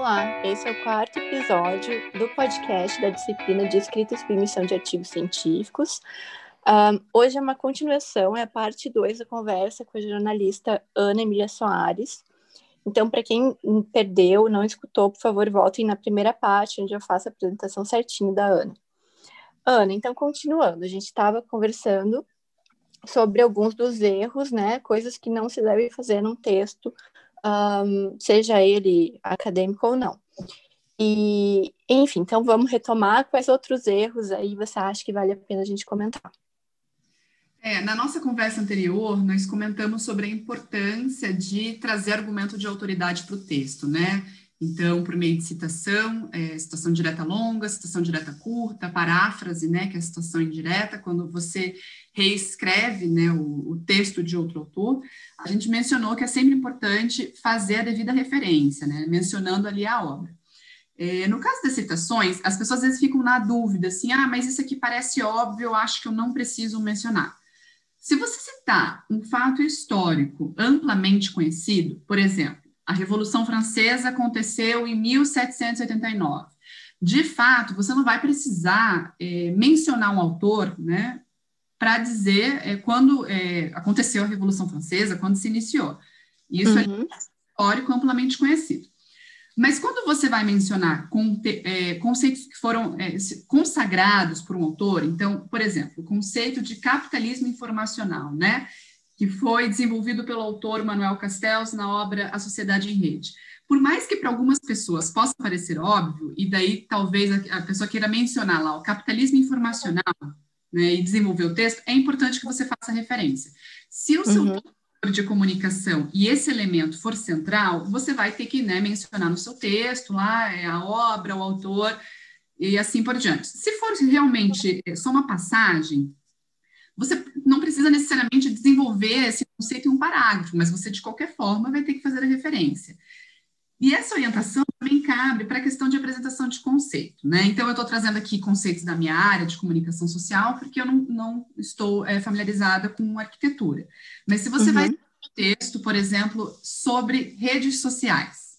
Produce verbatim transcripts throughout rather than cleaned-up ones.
Olá, esse é o quarto episódio do podcast da disciplina de escrita e submissão de artigos científicos. Um, hoje é uma continuação, é a parte dois da conversa com a jornalista Ana Emília Soares. Então, para quem perdeu, não escutou, por favor, voltem na primeira parte, onde eu faço a apresentação certinho da Ana. Ana, então, continuando, a gente estava conversando sobre alguns dos erros, né, coisas que não se devem fazer num texto, um, seja ele acadêmico ou não. E, enfim, então vamos retomar. Quais outros erros aí você acha que vale a pena a gente comentar? É, na nossa conversa anterior, nós comentamos sobre a importância de trazer argumento de autoridade para o texto, né? Então, por meio de citação, é, citação direta longa, citação direta curta, paráfrase, né, que é a citação indireta, quando você reescreve, né, o, o texto de outro autor, a gente mencionou que é sempre importante fazer a devida referência, né, mencionando ali a obra. É, no caso das citações, as pessoas às vezes ficam na dúvida, assim, ah, mas isso aqui parece óbvio, eu acho que eu não preciso mencionar. Se você citar um fato histórico amplamente conhecido, por exemplo, a Revolução Francesa aconteceu em mil setecentos e oitenta e nove. De fato, você não vai precisar é, mencionar um autor, né, para dizer é, quando é, aconteceu a Revolução Francesa, quando se iniciou. Isso uhum. é histórico amplamente conhecido. Mas quando você vai mencionar é, conceitos que foram é, consagrados por um autor, então, por exemplo, o conceito de capitalismo informacional, né, que foi desenvolvido pelo autor Manuel Castells na obra A Sociedade em Rede. Por mais que para algumas pessoas possa parecer óbvio, e daí talvez a, a pessoa queira mencionar lá o capitalismo informacional, né, e desenvolver o texto, é importante que você faça referência. Se o seu uhum. de comunicação e esse elemento for central, você vai ter que, né, mencionar no seu texto lá é a obra, o autor e assim por diante. Se for realmente só uma passagem, você não precisa necessariamente desenvolver esse conceito em um parágrafo, mas você de qualquer forma vai ter que fazer a referência. E essa orientação também cabe para a questão de apresentação de conceito, né? Então, eu estou trazendo aqui conceitos da minha área de comunicação social, porque eu não, não estou é, familiarizada com arquitetura. Mas se você uhum. vai ter um texto, por exemplo, sobre redes sociais,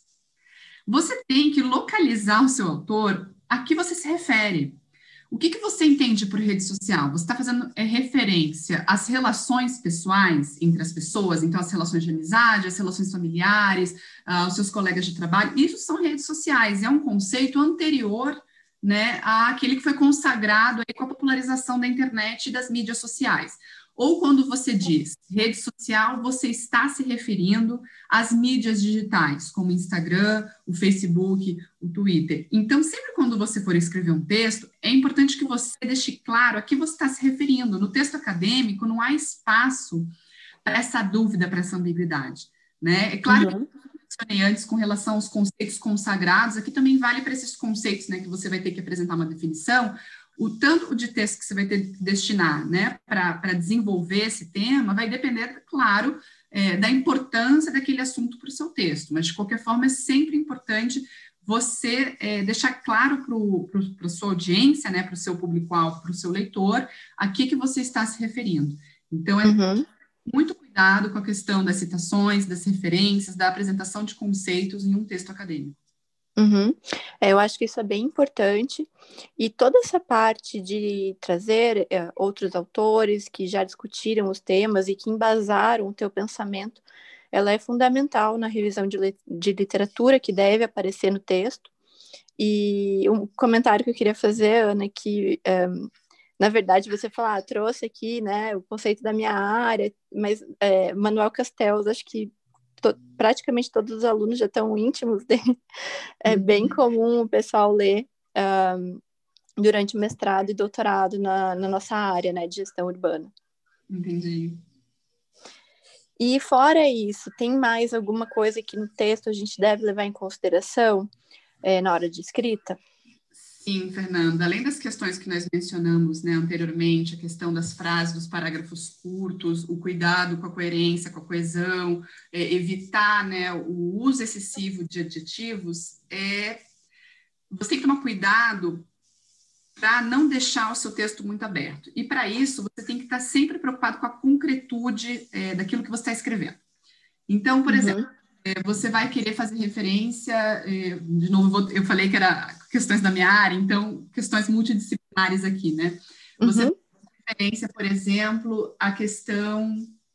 você tem que localizar o seu autor a que você se refere. O que, que você entende por rede social? Você está fazendo é, referência às relações pessoais entre as pessoas, então as relações de amizade, as relações familiares, uh, os seus colegas de trabalho, isso são redes sociais, é um conceito anterior, né, àquele que foi consagrado aí com a popularização da internet e das mídias sociais. Ou quando você diz rede social, você está se referindo às mídias digitais, como o Instagram, o Facebook, o Twitter. Então, sempre quando você for escrever um texto, é importante que você deixe claro a que você está se referindo. No texto acadêmico, não há espaço para essa dúvida, para essa ambiguidade, né? É claro uhum. que eu mencionei antes com relação aos conceitos consagrados, aqui também vale para esses conceitos, né, que você vai ter que apresentar uma definição. O tanto de texto que você vai ter que destinar, né, para desenvolver esse tema vai depender, claro, é, da importância daquele assunto para o seu texto, mas de qualquer forma é sempre importante você é, deixar claro para a sua audiência, né, para o seu público-alvo, para o seu leitor, a que, que você está se referindo. Então, é uhum. muito cuidado com a questão das citações, das referências, da apresentação de conceitos em um texto acadêmico. Uhum. É, eu acho que isso é bem importante, e toda essa parte de trazer é, outros autores que já discutiram os temas e que embasaram o teu pensamento, ela é fundamental na revisão de, de literatura que deve aparecer no texto. E um comentário que eu queria fazer, Ana, é que é, na verdade você falou, ah, trouxe aqui, né, o conceito da minha área, mas é, Manuel Castells, acho que To, praticamente todos os alunos já estão íntimos dele. É uhum. bem comum o pessoal ler um, durante o mestrado e doutorado na, na nossa área, né, de gestão urbana. Entendi. E fora isso, tem mais alguma coisa que no texto a gente deve levar em consideração é, na hora de escrita? Sim, Fernanda, além das questões que nós mencionamos, né, anteriormente, a questão das frases, dos parágrafos curtos, o cuidado com a coerência, com a coesão, é, evitar, né, o uso excessivo de adjetivos, é, você tem que tomar cuidado para não deixar o seu texto muito aberto. E para isso, você tem que estar sempre preocupado com a concretude é, daquilo que você está escrevendo. Então, por uhum. exemplo, você vai querer fazer referência, de novo, eu falei que era questões da minha área, então, questões multidisciplinares aqui, né? Você Uhum. vai fazer referência, por exemplo, à questão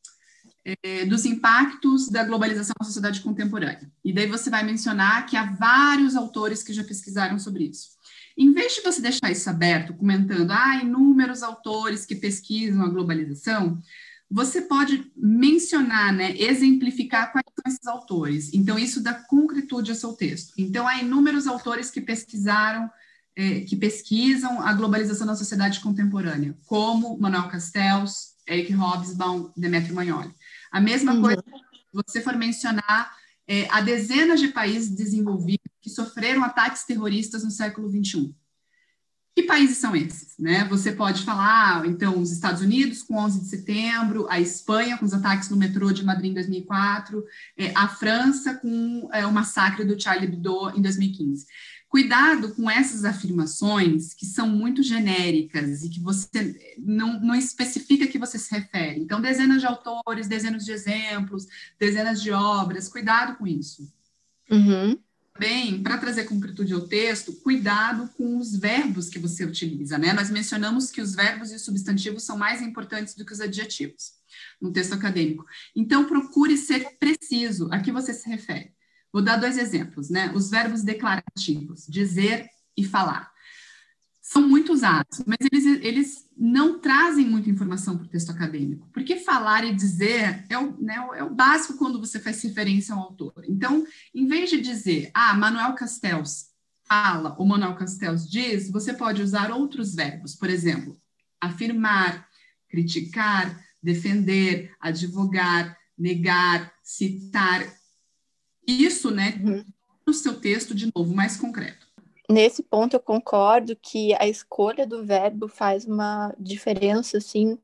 é, dos impactos da globalização na sociedade contemporânea. E daí você vai mencionar que há vários autores que já pesquisaram sobre isso. Em vez de você deixar isso aberto, comentando, ah, inúmeros autores que pesquisam a globalização, você pode mencionar, né, exemplificar quais são esses autores. Então, isso dá concretude ao seu texto. Então, há inúmeros autores que pesquisaram, eh, que pesquisam a globalização na sociedade contemporânea, como Manuel Castells, Eric Hobsbawm, Demetrio Magnoli. A mesma Uhum. coisa, se você for mencionar eh, há dezenas de países desenvolvidos que sofreram ataques terroristas no século vinte e um. Que países são esses, né? Você pode falar, então, os Estados Unidos com onze de setembro, a Espanha com os ataques no metrô de Madrid em dois mil e quatro, é, a França com é, o massacre do Charlie Hebdo em dois mil e quinze. Cuidado com essas afirmações que são muito genéricas e que você não, não especifica a que você se refere. Então, dezenas de autores, dezenas de exemplos, dezenas de obras, cuidado com isso. Uhum. Também, para trazer concretude ao texto, cuidado com os verbos que você utiliza, né? Nós mencionamos que os verbos e os substantivos são mais importantes do que os adjetivos no texto acadêmico. Então, procure ser preciso a que você se refere. Vou dar dois exemplos, né? Os verbos declarativos, dizer e falar. São muito usados, mas eles, eles não trazem muita informação para o texto acadêmico, porque falar e dizer é o, né, é o básico quando você faz referência ao autor. Então, em vez de dizer, ah, Manuel Castells fala ou Manuel Castells diz, você pode usar outros verbos, por exemplo, afirmar, criticar, defender, advogar, negar, citar. Isso, né, Uhum. no seu texto, de novo, mais concreto. Nesse ponto, eu concordo que a escolha do verbo faz uma diferença, assim,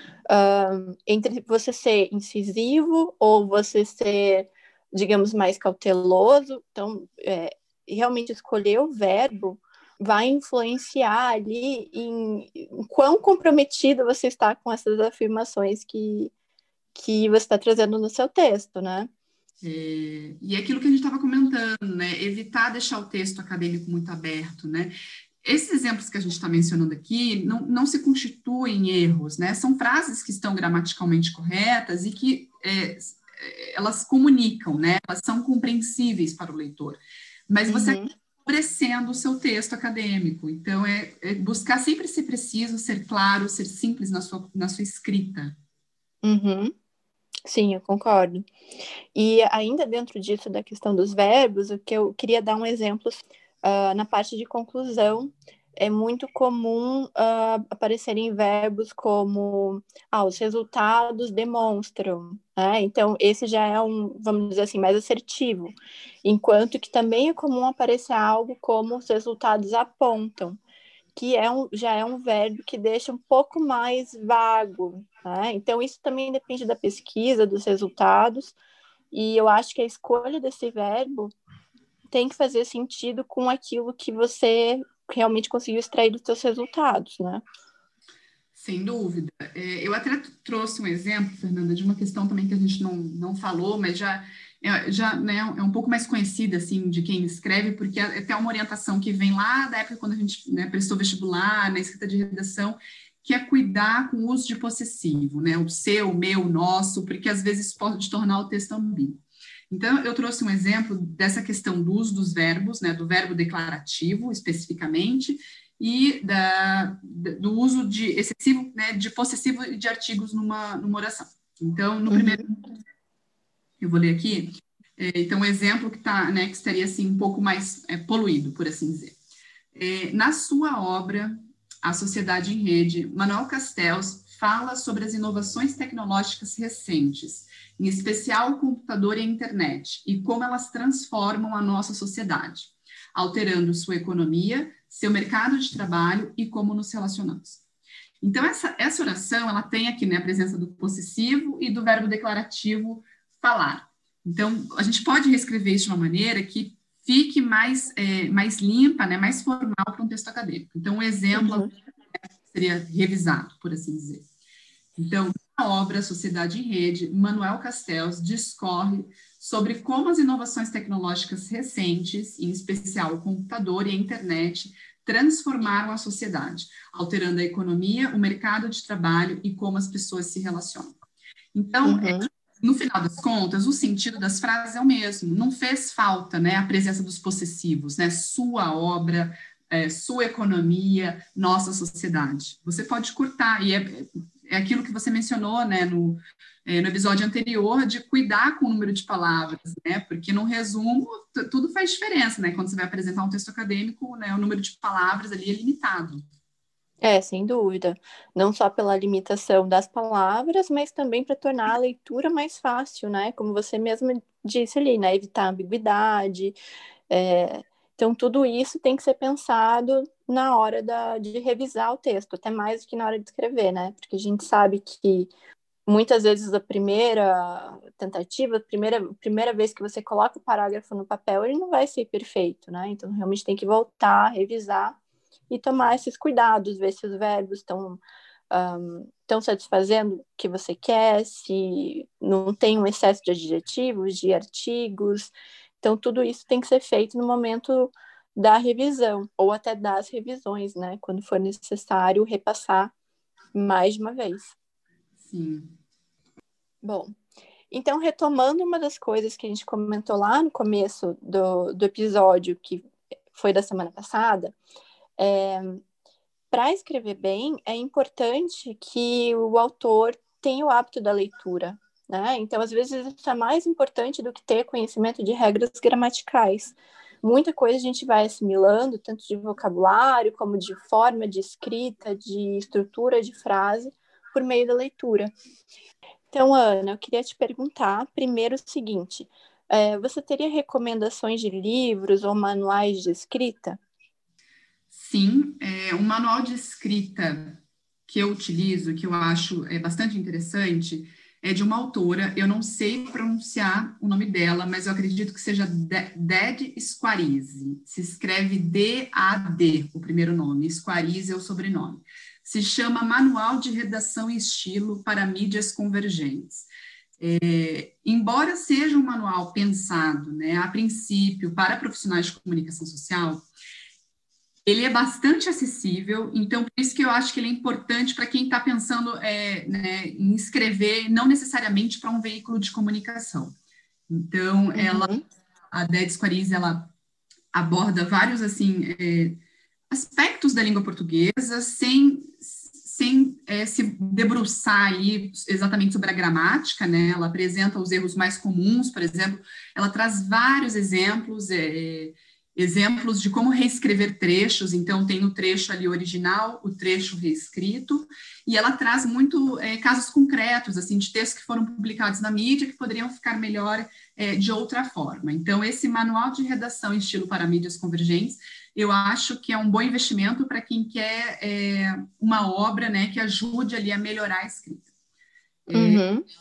uh, entre você ser incisivo ou você ser, digamos, mais cauteloso. Então, é, realmente escolher o verbo vai influenciar ali em, em quão comprometido você está com essas afirmações que, que você está trazendo no seu texto, né? É, e é aquilo que a gente estava comentando, né? Evitar deixar o texto acadêmico muito aberto, né? Esses exemplos que a gente está mencionando aqui não, não se constituem erros, né? São frases que estão gramaticalmente corretas e que é, elas comunicam, né? Elas são compreensíveis para o leitor. Mas você Uhum. está favorecendo o seu texto acadêmico. Então, é, é buscar sempre ser preciso, ser claro, ser simples na sua, na sua escrita. Uhum. Sim, eu concordo. E ainda dentro disso, da questão dos verbos, o que eu queria dar um exemplo, uh, na parte de conclusão, é muito comum uh, aparecerem verbos como ah, os resultados demonstram, né? Então, esse já é um, vamos dizer assim, mais assertivo. Enquanto que também é comum aparecer algo como os resultados apontam, que é um, já é um verbo que deixa um pouco mais vago, né? Então, isso também depende da pesquisa, dos resultados, e eu acho que a escolha desse verbo tem que fazer sentido com aquilo que você realmente conseguiu extrair dos seus resultados, né? Sem dúvida. É, eu até trouxe um exemplo, Fernanda, de uma questão também que a gente não, não falou, mas já, é, já né, é um pouco mais conhecida, assim, de quem escreve, porque é até uma orientação que vem lá da época quando a gente né, prestou vestibular, na escrita de redação, que é cuidar com o uso de possessivo, né? O seu, o meu, o nosso, porque às vezes pode tornar o texto ambíguo. Então, eu trouxe um exemplo dessa questão do uso dos verbos, né, do verbo declarativo, especificamente, e da, do uso de excessivo, né, de possessivo e de artigos numa, numa oração. Então, no primeiro, Uhum. eu vou ler aqui, é, então, um exemplo que, tá, né, que estaria assim, um pouco mais é, poluído, por assim dizer. É, na sua obra, A Sociedade em Rede, Manuel Castells fala sobre as inovações tecnológicas recentes, em especial o computador e a internet, e como elas transformam a nossa sociedade, alterando sua economia, seu mercado de trabalho e como nos relacionamos. Então, essa, essa oração, ela tem aqui né, a presença do possessivo e do verbo declarativo falar. Então, a gente pode reescrever isso de uma maneira que fique mais, é, mais limpa, né, mais formal para um texto acadêmico. Então, um exemplo Uhum. seria revisado, por assim dizer. Então, na obra Sociedade em Rede, Manuel Castells discorre sobre como as inovações tecnológicas recentes, em especial o computador e a internet, transformaram a sociedade, alterando a economia, o mercado de trabalho e como as pessoas se relacionam. Então, Uhum. no final das contas, o sentido das frases é o mesmo. Não fez falta, né, a presença dos possessivos, né? Sua obra, é, sua economia, nossa sociedade. Você pode cortar, e é, é aquilo que você mencionou, né, no, é, no episódio anterior, de cuidar com o número de palavras, né? Porque, no resumo, tudo faz diferença, né? Quando você vai apresentar um texto acadêmico, né, o número de palavras ali é limitado. É, sem dúvida. Não só pela limitação das palavras, mas também para tornar a leitura mais fácil, né? Como você mesma disse ali, né? Evitar ambiguidade. É... Então, tudo isso tem que ser pensado na hora da, de revisar o texto, até mais do que na hora de escrever, né? Porque a gente sabe que muitas vezes a primeira tentativa, a primeira, a primeira vez que você coloca o parágrafo no papel, ele não vai ser perfeito, né? Então, realmente tem que voltar, revisar e tomar esses cuidados, ver se os verbos estão um, estão satisfazendo o que você quer, se não tem um excesso de adjetivos, de artigos. Então, tudo isso tem que ser feito no momento da revisão, ou até das revisões, né? Quando for necessário repassar mais de uma vez. Sim. Bom, então, retomando uma das coisas que a gente comentou lá no começo do, do episódio, que foi da semana passada, é, para escrever bem, é importante que o autor tenha o hábito da leitura, né? Então, às vezes, isso é mais importante do que ter conhecimento de regras gramaticais. Muita coisa a gente vai assimilando, tanto de vocabulário, como de forma de escrita, de estrutura de frase, por meio da leitura. Então, Ana, eu queria te perguntar primeiro o seguinte: é, você teria recomendações de livros ou manuais de escrita? Sim, é, um manual de escrita que eu utilizo, que eu acho é bastante interessante, é de uma autora, eu não sei pronunciar o nome dela, mas eu acredito que seja Ded Squarize. Se escreve D A D, o primeiro nome, Squarize é o sobrenome. Se chama Manual de Redação e Estilo para Mídias Convergentes. É, embora seja um manual pensado, né, a princípio, para profissionais de comunicação social, ele é bastante acessível, então por isso que eu acho que ele é importante para quem está pensando é, né, em escrever, não necessariamente para um veículo de comunicação. Então, ela, Uhum. a Ded Squarize, ela aborda vários assim é, aspectos da língua portuguesa, sem, sem é, se debruçar ali exatamente sobre a gramática, né? Ela apresenta os erros mais comuns, por exemplo, ela traz vários exemplos, é, exemplos de como reescrever trechos, então tem o trecho ali original, o trecho reescrito, e ela traz muito é, casos concretos, assim, de textos que foram publicados na mídia que poderiam ficar melhor é, de outra forma. Então, esse manual de redação em estilo para mídias convergentes, eu acho que é um bom investimento para quem quer é, uma obra, né, que ajude ali a melhorar a escrita. Uhum. É,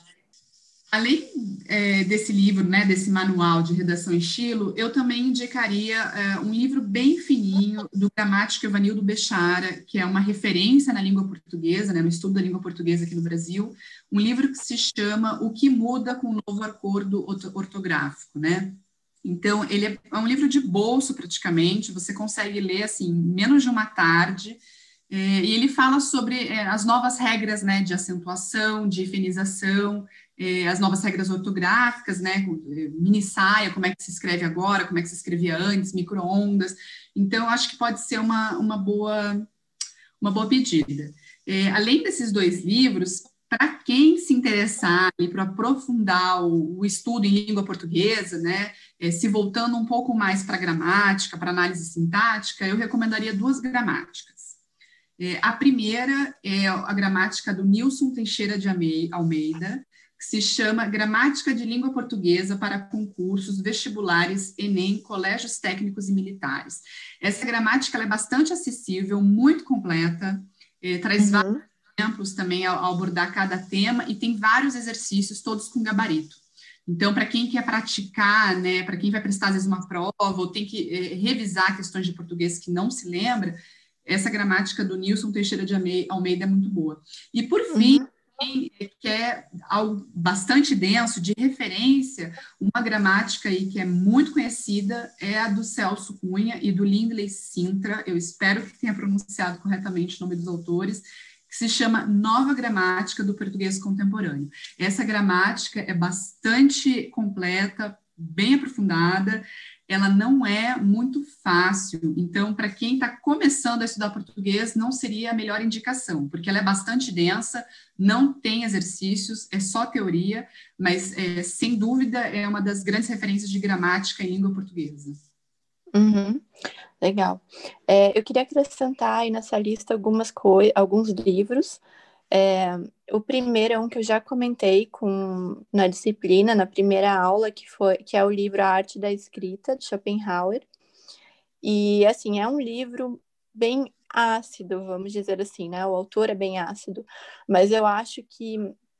além é, desse livro, né, desse manual de redação em estilo, eu também indicaria é, um livro bem fininho do gramático Evanildo Bechara, que é uma referência na língua portuguesa, né, no estudo da língua portuguesa aqui no Brasil, um livro que se chama O que muda com o novo acordo ortográfico, né? Então, ele é, é um livro de bolso, praticamente, você consegue ler, assim, em menos de uma tarde, é, e ele fala sobre é, as novas regras, né, de acentuação, de efenização, é, as novas regras ortográficas, né, mini saia, como é que se escreve agora, como é que se escrevia antes, micro-ondas. Então, acho que pode ser uma, uma, boa, uma boa pedida. É, além desses dois livros, para quem se interessar e para aprofundar o, o estudo em língua portuguesa, né, é, se voltando um pouco mais para a gramática, para análise sintática, eu recomendaria duas gramáticas. É, a primeira é a gramática do Nilson Teixeira de Almeida, que se chama Gramática de Língua Portuguesa para Concursos Vestibulares, Enem, Colégios Técnicos e Militares. Essa gramática ela é bastante acessível, muito completa, é, traz uhum. vários exemplos também ao, ao abordar cada tema e tem vários exercícios, todos com gabarito. Então, para quem quer praticar, né, para quem vai prestar, às vezes, uma prova ou tem que é, revisar questões de português que não se lembra, essa gramática do Nilson Teixeira de Almeida é muito boa. E, por fim, uhum. que é algo bastante denso, de referência, uma gramática aí que é muito conhecida é a do Celso Cunha e do Lindley Sintra, eu espero que tenha pronunciado corretamente o nome dos autores, que se chama Nova Gramática do Português Contemporâneo. Essa gramática é bastante completa, bem aprofundada, ela não é muito fácil, então, para quem está começando a estudar português, não seria a melhor indicação, porque ela é bastante densa, não tem exercícios, é só teoria, mas, é, sem dúvida, é uma das grandes referências de gramática em língua portuguesa. Uhum, legal. É, eu queria acrescentar aí nessa lista algumas coisas, alguns livros. É, o primeiro é um que eu já comentei com, na disciplina, na primeira aula, que, foi, que é o livro A Arte da Escrita, de Schopenhauer. E, assim, é um livro bem ácido, vamos dizer assim, né? O autor é bem ácido, mas eu acho que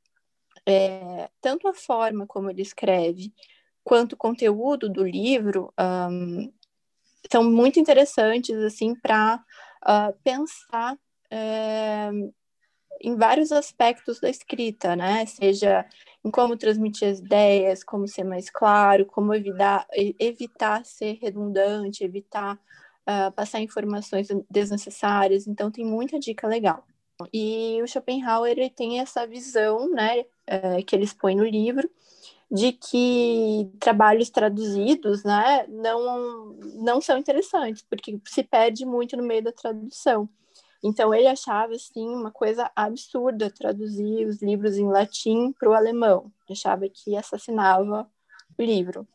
é, tanto a forma como ele escreve, quanto o conteúdo do livro um, são muito interessantes, assim, para uh, pensar é, em vários aspectos da escrita, né? Seja em como transmitir as ideias, como ser mais claro, como evitar, evitar ser redundante, evitar uh, passar informações desnecessárias. Então, tem muita dica legal. E o Schopenhauer ele tem essa visão, né, uh, que ele expõe no livro, de que trabalhos traduzidos, né, não, não são interessantes, porque se perde muito no meio da tradução. Então, ele achava, assim, uma coisa absurda traduzir os livros em latim para o alemão. Achava que assassinava o livro.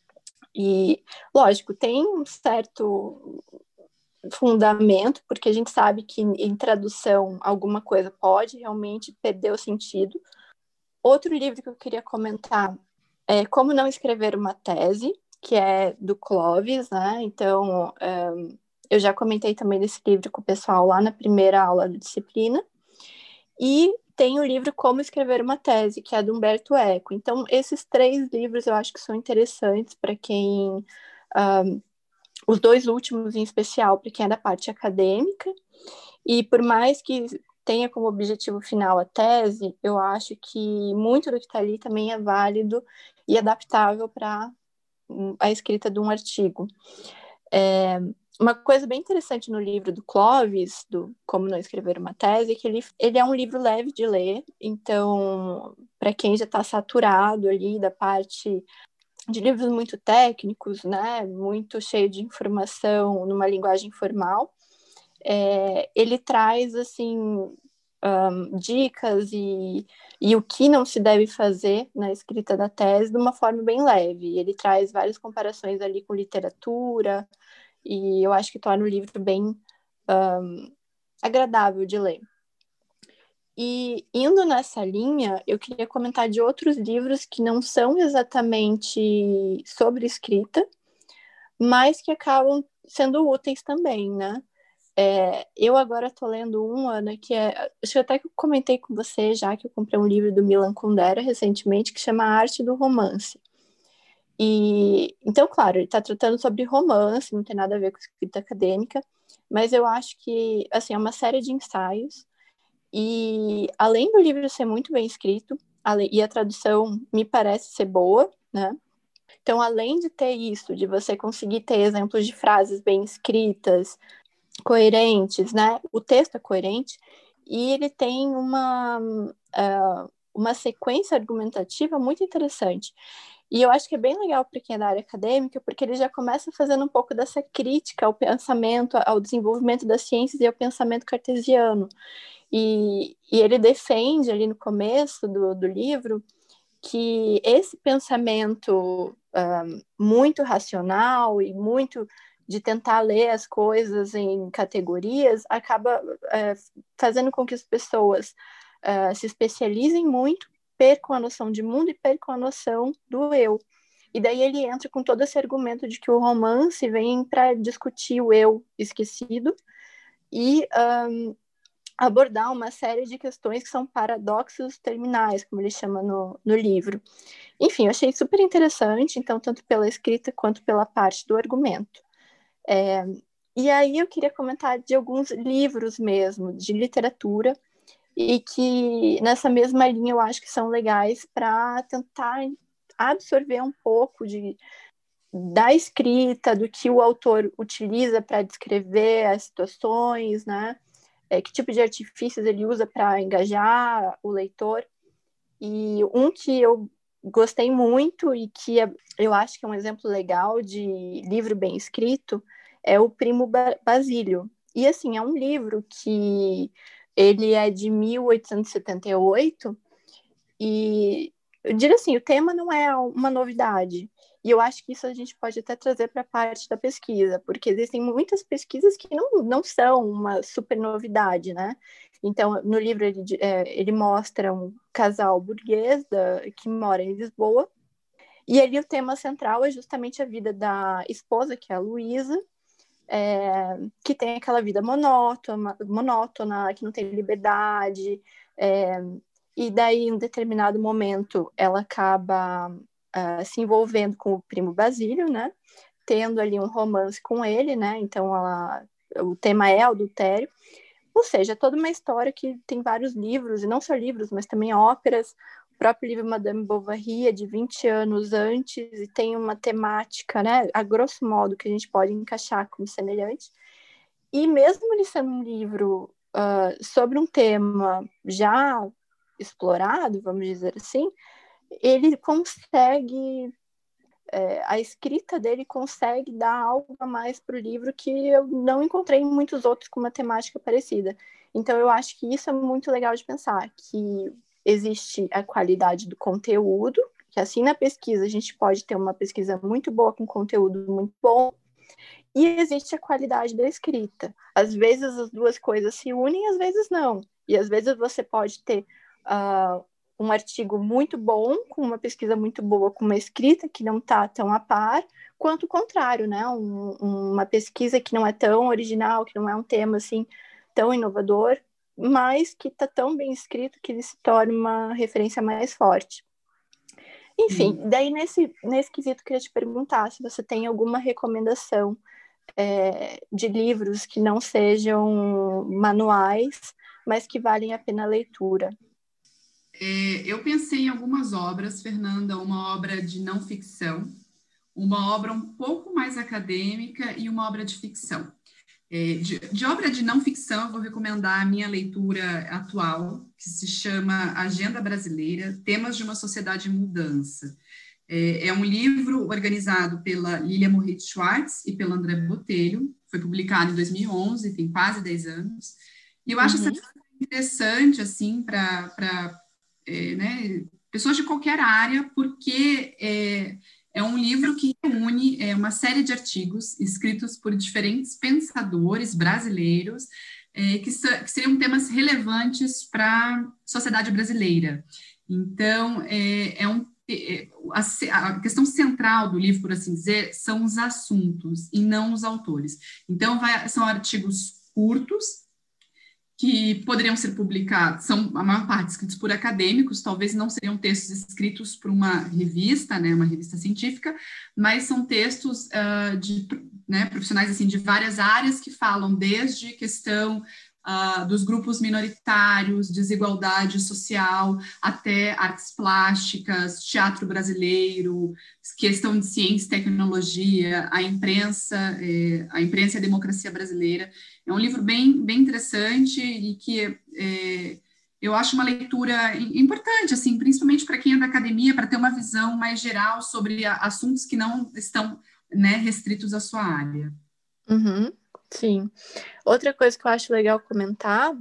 E, lógico, tem um certo fundamento, porque a gente sabe que em tradução alguma coisa pode realmente perder o sentido. Outro livro que eu queria comentar é Como Não Escrever uma Tese, que é do Clovis, né? Então, um, eu já comentei também desse livro com o pessoal lá na primeira aula da disciplina. E tem o livro Como Escrever uma Tese, que é do Humberto Eco. Então, esses três livros eu acho que são interessantes para quem... Um, os dois últimos, em especial, para quem é da parte acadêmica. E por mais que tenha como objetivo final a tese, eu acho que muito do que está ali também é válido e adaptável para a escrita de um artigo. É, uma coisa bem interessante no livro do Clovis, do Como Não Escrever uma Tese, é que ele, ele é um livro leve de ler, então, para quem já está saturado ali da parte de livros muito técnicos, né, muito cheio de informação numa linguagem formal, é, ele traz, assim, um, dicas e, e o que não se deve fazer na escrita da tese de uma forma bem leve. Ele traz várias comparações ali com literatura e eu acho que torna o livro bem um, agradável de ler. E indo nessa linha, eu queria comentar de outros livros que não são exatamente sobre escrita, mas que acabam sendo úteis também, né? É, eu agora estou lendo um, Ana, que é... Acho que até que eu comentei com você já que eu comprei um livro do Milan Kundera recentemente, que chama A Arte do Romance. E, então, claro, ele está tratando sobre romance, não tem nada a ver com escrita acadêmica, mas eu acho que, assim, é uma série de ensaios e além do livro ser muito bem escrito, e a tradução me parece ser boa, né? Então, além de ter isso, de você conseguir ter exemplos de frases bem escritas, coerentes, né? O texto é coerente e ele tem uma, uh, uma sequência argumentativa muito interessante. E eu acho que é bem legal para quem é da área acadêmica, porque ele já começa fazendo um pouco dessa crítica ao pensamento, ao desenvolvimento das ciências e ao pensamento cartesiano. E, e ele defende ali no começo do, do livro que esse pensamento um, muito racional e muito de tentar ler as coisas em categorias acaba uh, fazendo com que as pessoas uh, se especializem muito, percam a noção de mundo e percam a noção do eu. E daí ele entra com todo esse argumento de que o romance vem para discutir o eu esquecido e um, abordar uma série de questões que são paradoxos terminais, como ele chama no, no livro. Enfim, eu achei super interessante, então, tanto pela escrita quanto pela parte do argumento. É, e aí eu queria comentar de alguns livros mesmo, de literatura, e que nessa mesma linha eu acho que são legais para tentar absorver um pouco de, da escrita, do que o autor utiliza para descrever as situações, né? É, que tipo de artifícios ele usa para engajar o leitor. E um que eu gostei muito e que é, eu acho que é um exemplo legal de livro bem escrito é o Primo Basílio. E, assim, é um livro que ele é de mil oitocentos e setenta e oito e, eu diria assim, o tema não é uma novidade. E eu acho que isso a gente pode até trazer para a parte da pesquisa, porque existem muitas pesquisas que não, não são uma super novidade, né? Então, no livro, ele, é, ele mostra um casal burguês da, que mora em Lisboa, e ali o tema central é justamente a vida da esposa, que é a Luísa, é, que tem aquela vida monótona, monótona, que não tem liberdade, é, e daí, em um determinado momento, ela acaba uh, se envolvendo com o primo Basílio, né? Tendo ali um romance com ele, né? Então, ela, o tema é adultério. Ou seja, toda uma história que tem vários livros, e não só livros, mas também óperas. O próprio livro Madame Bovary é de vinte anos antes e tem uma temática, né? A grosso modo, que a gente pode encaixar como semelhante. E mesmo ele sendo um livro uh, sobre um tema já explorado, vamos dizer assim, ele consegue, é, a escrita dele consegue dar algo a mais para o livro que eu não encontrei em muitos outros com uma temática parecida. Então, eu acho que isso é muito legal de pensar, que existe a qualidade do conteúdo, que assim na pesquisa a gente pode ter uma pesquisa muito boa com conteúdo muito bom, e existe a qualidade da escrita. Às vezes as duas coisas se unem, às vezes não. E às vezes você pode ter uh, um artigo muito bom, com uma pesquisa muito boa, com uma escrita que não está tão a par, quanto o contrário, né? Um, uma pesquisa que não é tão original, que não é um tema assim tão inovador, mas que está tão bem escrito que ele se torna uma referência mais forte. Enfim, Sim. daí nesse, nesse quesito eu queria te perguntar se você tem alguma recomendação é, de livros que não sejam manuais, mas que valem a pena a leitura. É, eu pensei em algumas obras, Fernanda, uma obra de não ficção, uma obra um pouco mais acadêmica e uma obra de ficção. É, de, de obra de não ficção, eu vou recomendar a minha leitura atual, que se chama Agenda Brasileira, Temas de uma Sociedade em Mudança. É, é um livro organizado pela Lilia Moritz Schwartz e pelo André Botelho, foi publicado em dois mil e onze, tem quase dez anos, e eu acho Uhum. essa interessante, assim, para é, né, pessoas de qualquer área, porque é, é um livro que reúne é, uma série de artigos escritos por diferentes pensadores brasileiros é, que, que seriam temas relevantes para a sociedade brasileira. Então, é, é um, é, a, a questão central do livro, por assim dizer, são os assuntos e não os autores. Então, vai, são artigos curtos, que poderiam ser publicados, são a maior parte escritos por acadêmicos, talvez não seriam textos escritos por uma revista, né, uma revista científica, mas são textos uh, de né, profissionais assim, de várias áreas que falam desde questão uh, dos grupos minoritários, desigualdade social, até artes plásticas, teatro brasileiro, questão de ciência e tecnologia, a imprensa, eh, a imprensa e a democracia brasileira. É um livro bem, bem interessante e que é, eu acho uma leitura importante, assim, principalmente para quem é da academia, para ter uma visão mais geral sobre assuntos que não estão né, restritos à sua área. Uhum, sim. Outra coisa que eu acho legal comentar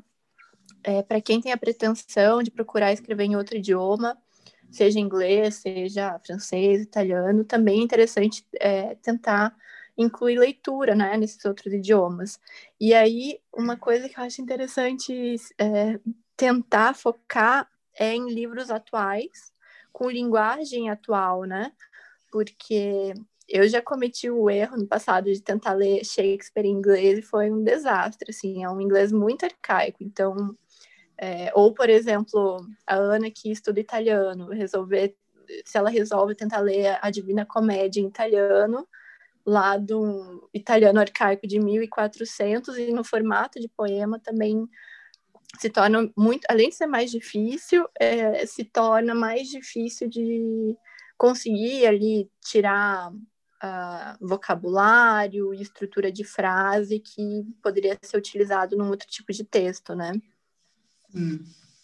é para quem tem a pretensão de procurar escrever em outro idioma, seja inglês, seja francês, italiano, também é interessante é, tentar incluir leitura, né, nesses outros idiomas. E aí, uma coisa que eu acho interessante é, tentar focar é em livros atuais, com linguagem atual, né, porque eu já cometi o erro no passado de tentar ler Shakespeare em inglês e foi um desastre, assim, é um inglês muito arcaico, então... É, ou, por exemplo, a Ana que estuda italiano, resolver, se ela resolve tentar ler a Divina Comédia em italiano, lá do italiano arcaico de mil e quatrocentos, e no formato de poema também se torna muito, além de ser mais difícil, é, se torna mais difícil de conseguir ali tirar uh, vocabulário e estrutura de frase que poderia ser utilizado num outro tipo de texto, né? Hum.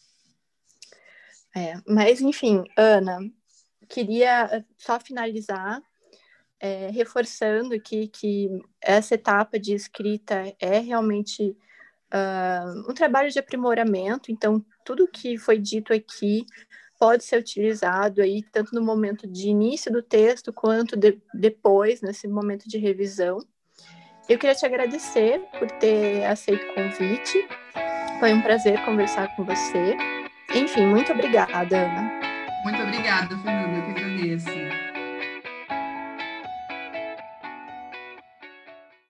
É, mas, enfim, Ana, queria só finalizar é, reforçando que, que essa etapa de escrita é realmente uh, um trabalho de aprimoramento, então tudo que foi dito aqui pode ser utilizado aí tanto no momento de início do texto quanto de, depois, nesse momento de revisão. Eu queria te agradecer por ter aceito o convite, foi um prazer conversar com você. Enfim, muito obrigada, Ana. Muito obrigada, Fernanda, eu que agradeço.